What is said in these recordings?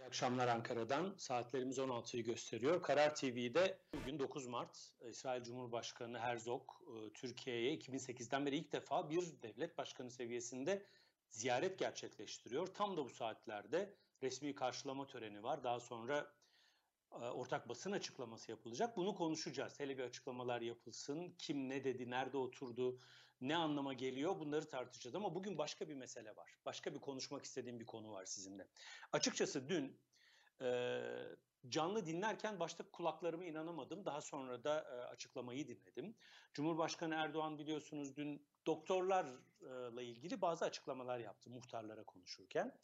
İyi akşamlar Ankara'dan. Saatlerimiz 16'yı gösteriyor. Karar TV'de bugün 9 Mart İsrail Cumhurbaşkanı Herzog Türkiye'ye 2008'den beri ilk defa bir devlet başkanı seviyesinde ziyaret gerçekleştiriyor. Tam da bu saatlerde resmi karşılama töreni var. Daha sonra ortak basın açıklaması yapılacak. Bunu konuşacağız. Hele bir açıklamalar yapılsın. Kim ne dedi, nerede oturdu, ne anlama geliyor bunları tartışacağız. Ama bugün başka bir mesele var. Başka bir konuşmak istediğim bir konu var sizinle. Açıkçası dün canlı dinlerken başta kulaklarıma inanamadım. Daha sonra da açıklamayı dinledim. Cumhurbaşkanı Erdoğan biliyorsunuz dün doktorlarla ilgili bazı açıklamalar yaptı muhtarlara konuşurken.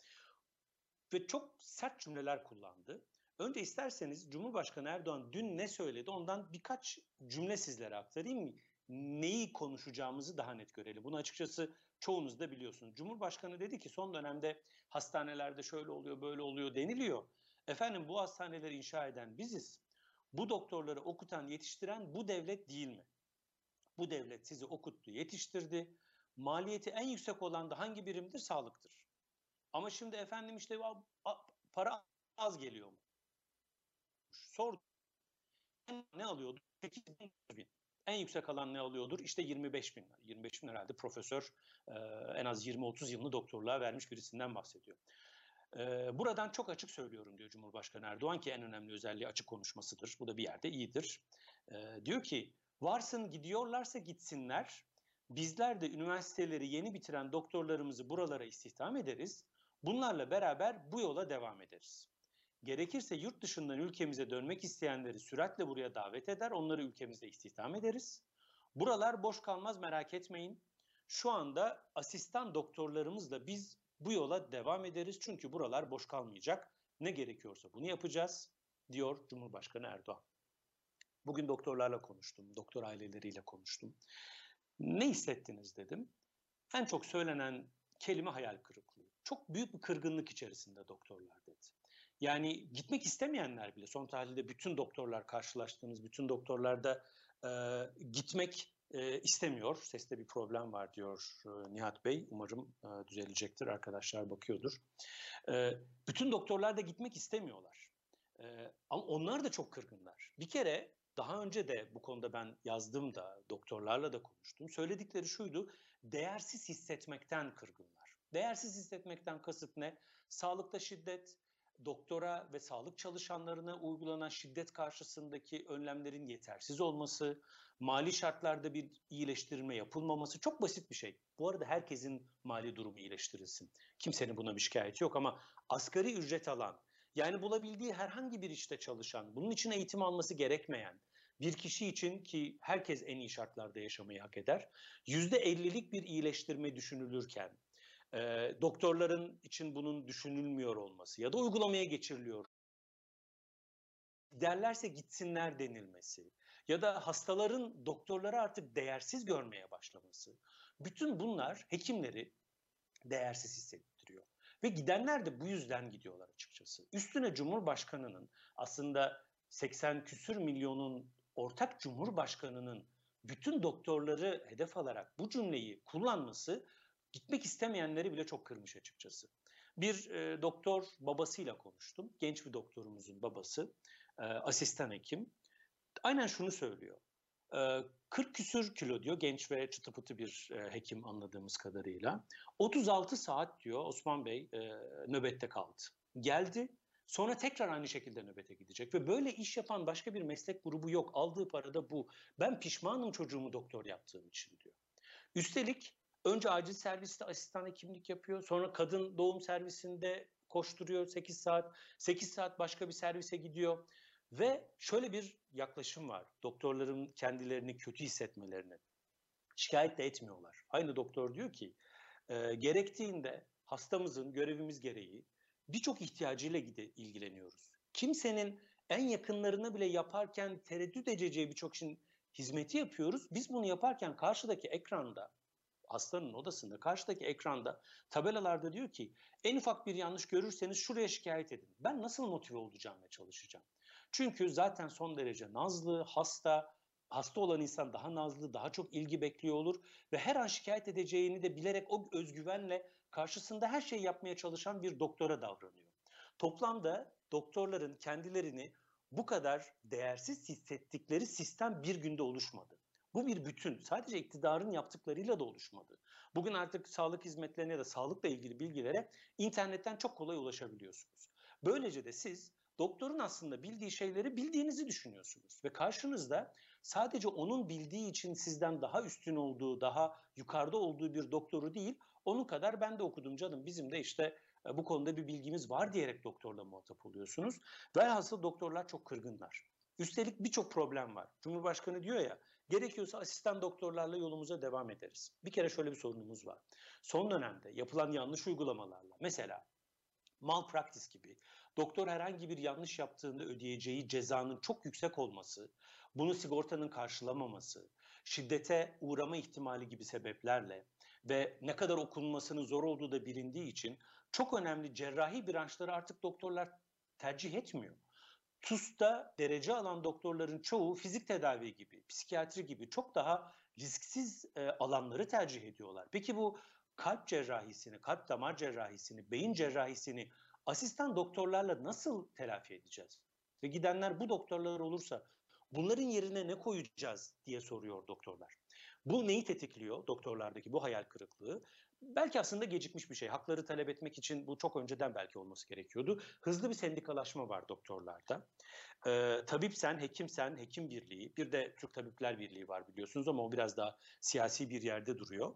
Ve çok sert cümleler kullandı. Önce isterseniz Cumhurbaşkanı Erdoğan dün ne söyledi ondan birkaç cümle sizlere aktarayım. Neyi konuşacağımızı daha net görelim. Bunu açıkçası çoğunuz da biliyorsunuz. Cumhurbaşkanı dedi ki son dönemde hastanelerde şöyle oluyor böyle oluyor deniliyor. Efendim bu hastaneleri inşa eden biziz. Bu doktorları okutan yetiştiren bu devlet değil mi? Bu devlet sizi okuttu yetiştirdi. Maliyeti en yüksek olan da hangi birimdir? Sağlıktır. Ama şimdi efendim işte para az geliyor mu? Sordum. Ne alıyordu? 8.000. En yüksek alan ne alıyordur? İşte 25 bin. 25 bin herhalde profesör en az 20-30 yılını doktorluğa vermiş birisinden bahsediyor. Buradan çok açık söylüyorum diyor Cumhurbaşkanı Erdoğan ki en önemli özelliği açık konuşmasıdır. Bu da bir yerde iyidir. Diyor ki varsın gidiyorlarsa gitsinler. Bizler de üniversiteleri yeni bitiren doktorlarımızı buralara istihdam ederiz. Bunlarla beraber bu yola devam ederiz. Gerekirse yurt dışından ülkemize dönmek isteyenleri süratle buraya davet eder, onları ülkemizde istihdam ederiz. Buralar boş kalmaz merak etmeyin. Şu anda asistan doktorlarımızla biz bu yola devam ederiz çünkü buralar boş kalmayacak. Ne gerekiyorsa bunu yapacağız diyor Cumhurbaşkanı Erdoğan. Bugün doktorlarla konuştum, doktor aileleriyle konuştum. Ne hissettiniz dedim. En çok söylenen kelime hayal kırıklığı. Çok büyük bir kırgınlık içerisinde doktorlar dedi. Yani gitmek istemeyenler bile, son tahlilde bütün doktorlar karşılaştığımız bütün doktorlarda gitmek istemiyor. Seste bir problem var diyor Nihat Bey. Umarım düzelecektir. Arkadaşlar bakıyordur. Bütün doktorlar da gitmek istemiyorlar. Ama onlar da çok kırgınlar. Bir kere daha önce de bu konuda ben yazdım da doktorlarla da konuştum. Söyledikleri şuydu, değersiz hissetmekten kırgınlar. Değersiz hissetmekten kasıt ne? Sağlıkta şiddet, doktora ve sağlık çalışanlarına uygulanan şiddet karşısındaki önlemlerin yetersiz olması, mali şartlarda bir iyileştirme yapılmaması çok basit bir şey. Bu arada herkesin mali durumu iyileştirilsin. Kimsenin buna bir şikayeti yok ama asgari ücret alan, yani bulabildiği herhangi bir işte çalışan, bunun için eğitim alması gerekmeyen bir kişi için ki herkes en iyi şartlarda yaşamayı hak eder, %50'lik bir iyileştirme düşünülürken, doktorların için bunun düşünülmüyor olması ya da uygulamaya geçiriliyor derlerse gitsinler denilmesi ya da hastaların doktorları artık değersiz görmeye başlaması, bütün bunlar hekimleri değersiz hissettiriyor. Ve gidenler de bu yüzden gidiyorlar açıkçası. Üstüne Cumhurbaşkanı'nın aslında 80 küsür milyonun ortak Cumhurbaşkanı'nın bütün doktorları hedef alarak bu cümleyi kullanması gitmek istemeyenleri bile çok kırmış açıkçası. Bir doktor babasıyla konuştum. Genç bir doktorumuzun babası, asistan hekim. Aynen şunu söylüyor. 40 küsür kilo diyor, genç ve çıtı pıtı bir hekim anladığımız kadarıyla. 36 saat diyor Osman Bey nöbette kaldı. Geldi, sonra tekrar aynı şekilde nöbete gidecek ve böyle iş yapan başka bir meslek grubu yok. Aldığı para da bu. Ben pişmanım çocuğumu doktor yaptığım için diyor. Üstelik önce acil serviste asistan hekimlik yapıyor. Sonra kadın doğum servisinde koşturuyor 8 saat. 8 saat başka bir servise gidiyor. Ve şöyle bir yaklaşım var. Doktorların kendilerini kötü hissetmelerini şikayet de etmiyorlar. Aynı doktor diyor ki gerektiğinde hastamızın görevimiz gereği birçok ihtiyacıyla ilgileniyoruz. Kimsenin en yakınlarına bile yaparken tereddüt edeceği birçok işin hizmeti yapıyoruz. Biz bunu yaparken karşıdaki ekranda, hastanın odasında karşıdaki ekranda tabelalarda diyor ki en ufak bir yanlış görürseniz şuraya şikayet edin. Ben nasıl motive olacağım ve çalışacağım? Çünkü zaten son derece nazlı, hasta olan insan daha nazlı, daha çok ilgi bekliyor olur ve her an şikayet edeceğini de bilerek o özgüvenle karşısında her şeyi yapmaya çalışan bir doktora davranıyor. Toplamda doktorların kendilerini bu kadar değersiz hissettikleri sistem bir günde oluşmadı. Bu bir bütün. Sadece iktidarın yaptıklarıyla da oluşmadı. Bugün artık sağlık hizmetlerine ya da sağlıkla ilgili bilgilere internetten çok kolay ulaşabiliyorsunuz. Böylece de siz doktorun aslında bildiği şeyleri bildiğinizi düşünüyorsunuz. Ve karşınızda sadece onun bildiği için sizden daha üstün olduğu, daha yukarıda olduğu bir doktoru değil, onun kadar ben de okudum canım, bizim de işte bu konuda bir bilgimiz var diyerek doktorla muhatap oluyorsunuz. Velhasıl doktorlar çok kırgınlar. Üstelik birçok problem var. Cumhurbaşkanı diyor ya, gerekiyorsa asistan doktorlarla yolumuza devam ederiz. Bir kere şöyle bir sorunumuz var. Son dönemde yapılan yanlış uygulamalarla, mesela malpractice gibi, doktor herhangi bir yanlış yaptığında ödeyeceği cezanın çok yüksek olması, bunu sigortanın karşılamaması, şiddete uğrama ihtimali gibi sebeplerle ve ne kadar okunmasının zor olduğu da bilindiği için çok önemli cerrahi branşları artık doktorlar tercih etmiyor. TUS'ta derece alan doktorların çoğu fizik tedavi gibi, psikiyatri gibi çok daha risksiz alanları tercih ediyorlar. Peki bu kalp cerrahisini, kalp damar cerrahisini, beyin cerrahisini asistan doktorlarla nasıl telafi edeceğiz? Ve gidenler bu doktorlar olursa bunların yerine ne koyacağız diye soruyor doktorlar. Bu neyi tetikliyor doktorlardaki bu hayal kırıklığı? Belki aslında gecikmiş bir şey. Hakları talep etmek için bu çok önceden belki olması gerekiyordu. Hızlı bir sendikalaşma var doktorlarda. Tabipsen, hekimsen, hekim birliği, bir de Türk Tabipler Birliği var biliyorsunuz ama o biraz daha siyasi bir yerde duruyor.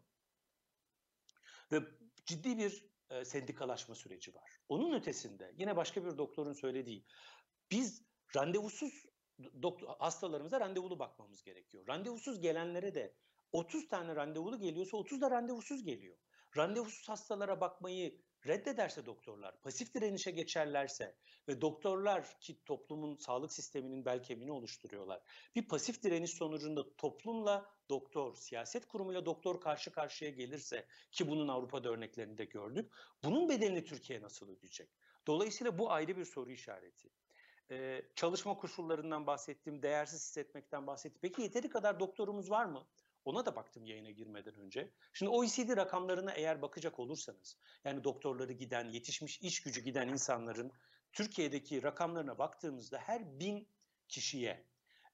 Ve ciddi bir sendikalaşma süreci var. Onun ötesinde yine başka bir doktorun söylediği, biz randevusuz hastalarımıza randevulu bakmamız gerekiyor. Randevusuz gelenlere de 30 tane randevulu geliyorsa 30 da randevusuz geliyor. Randevusuz hastalara bakmayı reddederse doktorlar, pasif direnişe geçerlerse ve doktorlar ki toplumun sağlık sisteminin bel kemiğini oluşturuyorlar. Bir pasif direniş sonucunda toplumla doktor, siyaset kurumuyla doktor karşı karşıya gelirse ki bunun Avrupa'da örneklerini de gördük. Bunun bedelini Türkiye nasıl ödeyecek? Dolayısıyla bu ayrı bir soru işareti. Çalışma koşullarından bahsettim, değersiz hissetmekten bahsettim. Peki yeteri kadar doktorumuz var mı? Ona da baktım yayına girmeden önce. Şimdi OECD rakamlarına eğer bakacak olursanız, yani doktorları giden, yetişmiş iş gücü giden insanların Türkiye'deki rakamlarına baktığımızda her 1000 kişiye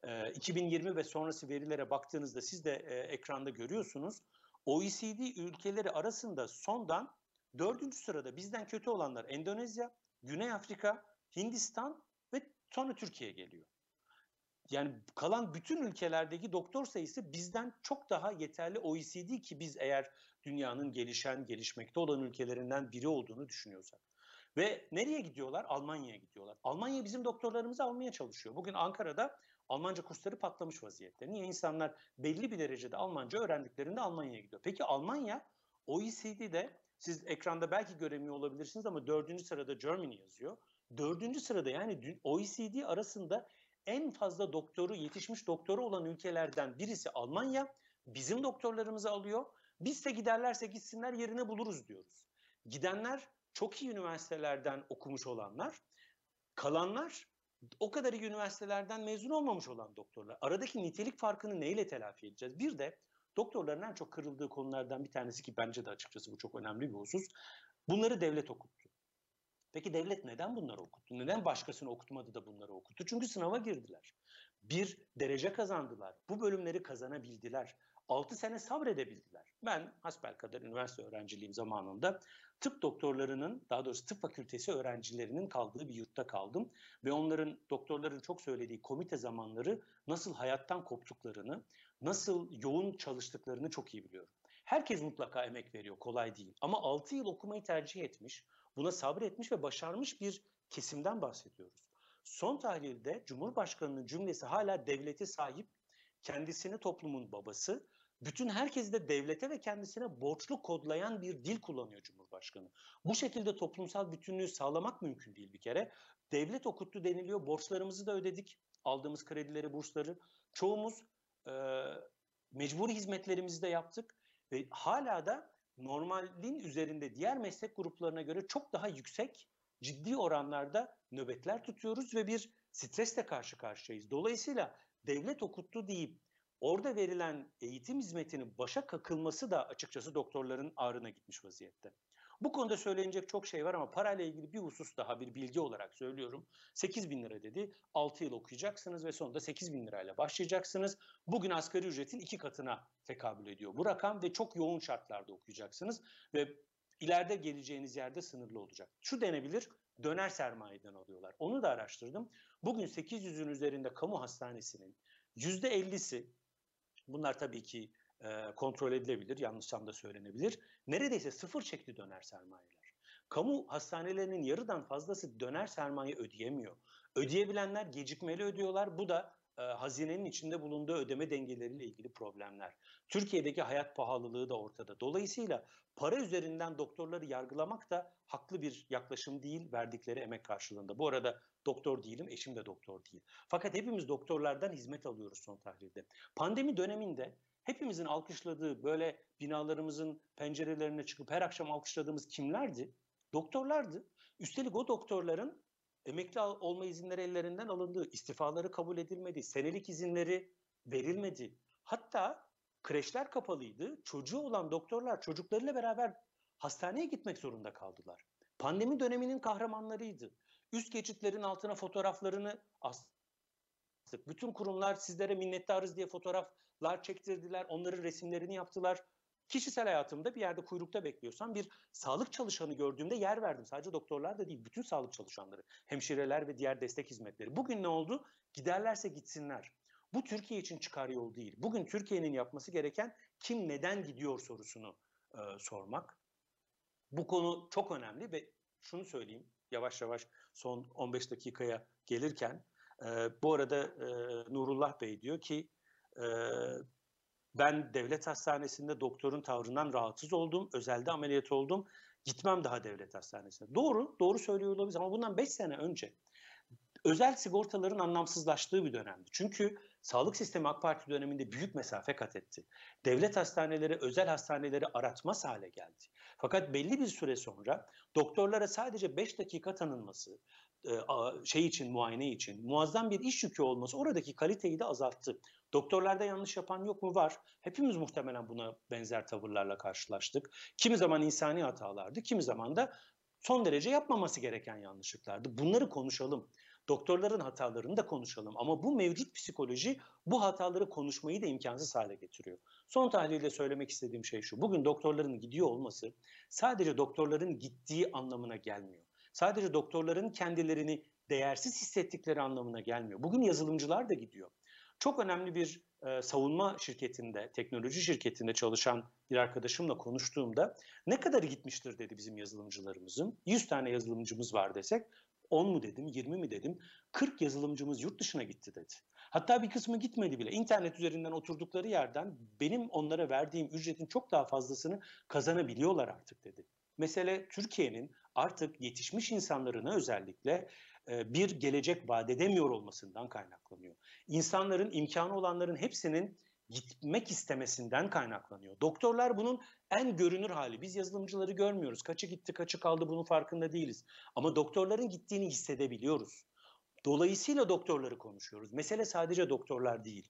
2020 ve sonrası verilere baktığınızda siz de ekranda görüyorsunuz. OECD ülkeleri arasında sondan 4. sırada bizden kötü olanlar Endonezya, Güney Afrika, Hindistan ve sonra Türkiye geliyor. Yani kalan bütün ülkelerdeki doktor sayısı bizden çok daha yeterli. OECD ki biz eğer dünyanın gelişen, gelişmekte olan ülkelerinden biri olduğunu düşünüyorsak. Ve nereye gidiyorlar? Almanya'ya gidiyorlar. Almanya bizim doktorlarımızı almaya çalışıyor. Bugün Ankara'da Almanca kursları patlamış vaziyette. Niye? İnsanlar belli bir derecede Almanca öğrendiklerinde Almanya'ya gidiyor. Peki Almanya OECD'de siz ekranda belki göremiyor olabilirsiniz ama 4. sırada Germany yazıyor. 4. sırada yani OECD arasında en fazla doktoru, yetişmiş doktoru olan ülkelerden birisi Almanya. Bizim doktorlarımızı alıyor. Biz de giderlerse gitsinler, yerini buluruz diyoruz. Gidenler çok iyi üniversitelerden okumuş olanlar, kalanlar o kadar iyi üniversitelerden mezun olmamış olan doktorlar. Aradaki nitelik farkını neyle telafi edeceğiz? Bir de doktorların en çok kırıldığı konulardan bir tanesi ki bence de açıkçası bu çok önemli bir husus. Bunları devlet okuttu. Peki devlet neden bunları okuttu? Neden başkasını okutmadı da bunları okuttu? Çünkü sınava girdiler. Bir derece kazandılar. Bu bölümleri kazanabildiler. 6 sene sabredebildiler. Ben hasbelkader üniversite öğrenciliğim zamanında tıp doktorlarının, daha doğrusu tıp fakültesi öğrencilerinin kaldığı bir yurtta kaldım. Ve onların, doktorların çok söylediği komite zamanları nasıl hayattan koptuklarını, nasıl yoğun çalıştıklarını çok iyi biliyorum. Herkes mutlaka emek veriyor, kolay değil. Ama 6 yıl okumayı tercih etmiş, buna sabretmiş ve başarmış bir kesimden bahsediyoruz. Son tahlilde Cumhurbaşkanı'nın cümlesi hala devlete sahip, kendisini toplumun babası, bütün herkesi de devlete ve kendisine borçlu kodlayan bir dil kullanıyor Cumhurbaşkanı. Bu şekilde toplumsal bütünlüğü sağlamak mümkün değil bir kere. Devlet okuttu deniliyor, borçlarımızı da ödedik, aldığımız kredileri, bursları. Çoğumuz e, mecburi hizmetlerimizi de yaptık ve hala da normalin üzerinde diğer meslek gruplarına göre çok daha yüksek, ciddi oranlarda nöbetler tutuyoruz ve bir stresle karşı karşıyayız. Dolayısıyla devlet okuttu deyip orada verilen eğitim hizmetinin başa kakılması da açıkçası doktorların ağrına gitmiş vaziyette. Bu konuda söylenecek çok şey var ama parayla ilgili bir husus daha bir bilgi olarak söylüyorum. 8.000 lira dedi, 6 yıl okuyacaksınız ve sonunda 8.000 lirayla başlayacaksınız. Bugün asgari ücretin 2 katına tekabül ediyor bu rakam ve çok yoğun şartlarda okuyacaksınız ve ileride geleceğiniz yerde sınırlı olacak. Şu denebilir, döner sermayeden alıyorlar. Onu da araştırdım. Bugün 800'ün üzerinde kamu hastanesinin %50'si, bunlar tabii ki kontrol edilebilir, yanlışsam da söylenebilir, neredeyse sıfır çekli döner sermayeler. Kamu hastanelerinin yarıdan fazlası döner sermaye ödeyemiyor. Ödeyebilenler gecikmeli ödüyorlar. Bu da hazinenin içinde bulunduğu ödeme dengeleriyle ilgili problemler. Türkiye'deki hayat pahalılığı da ortada. Dolayısıyla para üzerinden doktorları yargılamak da haklı bir yaklaşım değil verdikleri emek karşılığında. Bu arada doktor değilim, eşim de doktor değil. Fakat hepimiz doktorlardan hizmet alıyoruz son tahlilde. Pandemi döneminde hepimizin alkışladığı, böyle binalarımızın pencerelerine çıkıp her akşam alkışladığımız kimlerdi? Doktorlardı. Üstelik o doktorların emekli olma izinleri ellerinden alındı, istifaları kabul edilmedi, senelik izinleri verilmedi. Hatta kreşler kapalıydı. Çocuğu olan doktorlar çocuklarıyla beraber hastaneye gitmek zorunda kaldılar. Pandemi döneminin kahramanlarıydı. Üst geçitlerin altına fotoğraflarını astık. Bütün kurumlar sizlere minnettarız diye fotoğraflar çektirdiler. Onların resimlerini yaptılar. Kişisel hayatımda bir yerde kuyrukta bekliyorsam bir sağlık çalışanı gördüğümde yer verdim. Sadece doktorlar da değil, bütün sağlık çalışanları, hemşireler ve diğer destek hizmetleri. Bugün ne oldu? Giderlerse gitsinler. Bu Türkiye için çıkar yol değil. Bugün Türkiye'nin yapması gereken kim neden gidiyor sorusunu sormak. Bu konu çok önemli ve şunu söyleyeyim yavaş yavaş son 15 dakikaya gelirken. Bu arada Nurullah Bey diyor ki ben devlet hastanesinde doktorun tavrından rahatsız oldum, özelde ameliyat oldum, gitmem daha devlet hastanesine. Doğru, doğru söylüyor olabiliriz ama bundan 5 sene önce özel sigortaların anlamsızlaştığı bir dönemdi. Çünkü sağlık sistemi AK Parti döneminde büyük mesafe kat etti. Devlet hastaneleri özel hastaneleri aratmaz hale geldi. Fakat belli bir süre sonra doktorlara sadece 5 dakika tanınması, muayene için muazzam bir iş yükü olması oradaki kaliteyi de azalttı. Doktorlarda yanlış yapan yok mu? Var. Hepimiz muhtemelen buna benzer tavırlarla karşılaştık. Kimi zaman insani hatalardı, kimi zaman da son derece yapmaması gereken yanlışlıklardı. Bunları konuşalım. Doktorların hatalarını da konuşalım ama bu mevcut psikoloji bu hataları konuşmayı da imkansız hale getiriyor. Son tahlilde söylemek istediğim şey şu. Bugün doktorların gidiyor olması sadece doktorların gittiği anlamına gelmiyor. Sadece doktorların kendilerini değersiz hissettikleri anlamına gelmiyor. Bugün yazılımcılar da gidiyor. Çok önemli bir savunma şirketinde, teknoloji şirketinde çalışan bir arkadaşımla konuştuğumda ne kadarı gitmiştir dedi bizim yazılımcılarımızın. 100 tane yazılımcımız var desek 10 mu dedim, 20 mi dedim, 40 yazılımcımız yurt dışına gitti dedi. Hatta bir kısmı gitmedi bile. İnternet üzerinden oturdukları yerden benim onlara verdiğim ücretin çok daha fazlasını kazanabiliyorlar artık dedi. Mesele Türkiye'nin artık yetişmiş insanlarına özellikle bir gelecek vaat edemiyor olmasından kaynaklanıyor. İnsanların, imkanı olanların hepsinin gitmek istemesinden kaynaklanıyor. Doktorlar bunun en görünür hali. Biz yazılımcıları görmüyoruz. Kaçı gitti, kaçı kaldı bunun farkında değiliz. Ama doktorların gittiğini hissedebiliyoruz. Dolayısıyla doktorları konuşuyoruz. Mesele sadece doktorlar değil.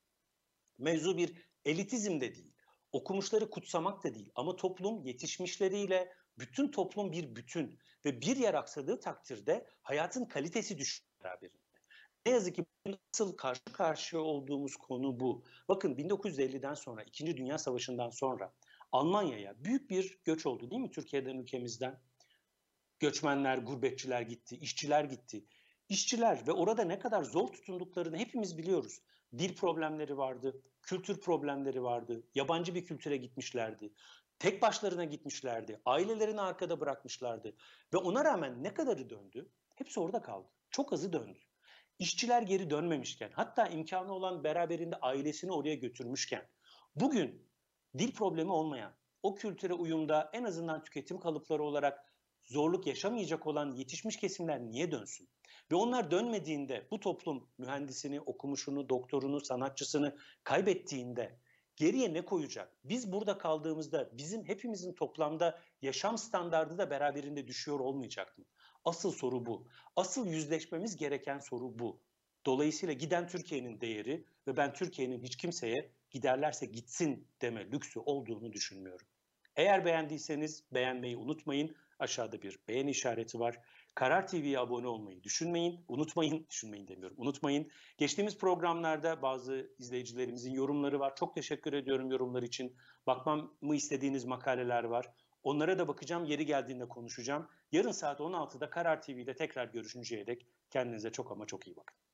Mevzu bir elitizm de değil. Okumuşları kutsamak da değil. Ama toplum yetişmişleriyle bütün toplum bir bütün ve bir yer aksadığı takdirde hayatın kalitesi düşüyor beraberinde. Ne yazık ki asıl karşı karşıya olduğumuz konu bu. Bakın 1950'den sonra, 2. Dünya Savaşı'ndan sonra Almanya'ya büyük bir göç oldu değil mi Türkiye'den, ülkemizden? Göçmenler, gurbetçiler gitti, işçiler gitti. İşçiler ve orada ne kadar zor tutunduklarını hepimiz biliyoruz. Dil problemleri vardı, kültür problemleri vardı, yabancı bir kültüre gitmişlerdi. Tek başlarına gitmişlerdi, ailelerini arkada bırakmışlardı. Ve ona rağmen ne kadarı döndü? Hepsi orada kaldı. Çok azı döndü. İşçiler geri dönmemişken, hatta imkanı olan beraberinde ailesini oraya götürmüşken, bugün dil problemi olmayan, o kültüre uyumda en azından tüketim kalıpları olarak zorluk yaşamayacak olan yetişmiş kesimler niye dönsün? Ve onlar dönmediğinde bu toplum mühendisini, okumuşunu, doktorunu, sanatçısını kaybettiğinde geriye ne koyacak? Biz burada kaldığımızda bizim hepimizin toplamda yaşam standardı da beraberinde düşüyor olmayacak mı? Asıl soru bu. Asıl yüzleşmemiz gereken soru bu. Dolayısıyla giden Türkiye'nin değeri ve ben Türkiye'nin hiç kimseye giderlerse gitsin deme lüksü olduğunu düşünmüyorum. Eğer beğendiyseniz beğenmeyi unutmayın. Aşağıda bir beğen işareti var. Karar TV'ye abone olmayı unutmayın. Geçtiğimiz programlarda bazı izleyicilerimizin yorumları var. Çok teşekkür ediyorum yorumlar için. Bakmamı istediğiniz makaleler var. Onlara da bakacağım, yeri geldiğinde konuşacağım. Yarın saat 16'da Karar TV'de tekrar görüşünceye dek kendinize çok ama çok iyi bakın.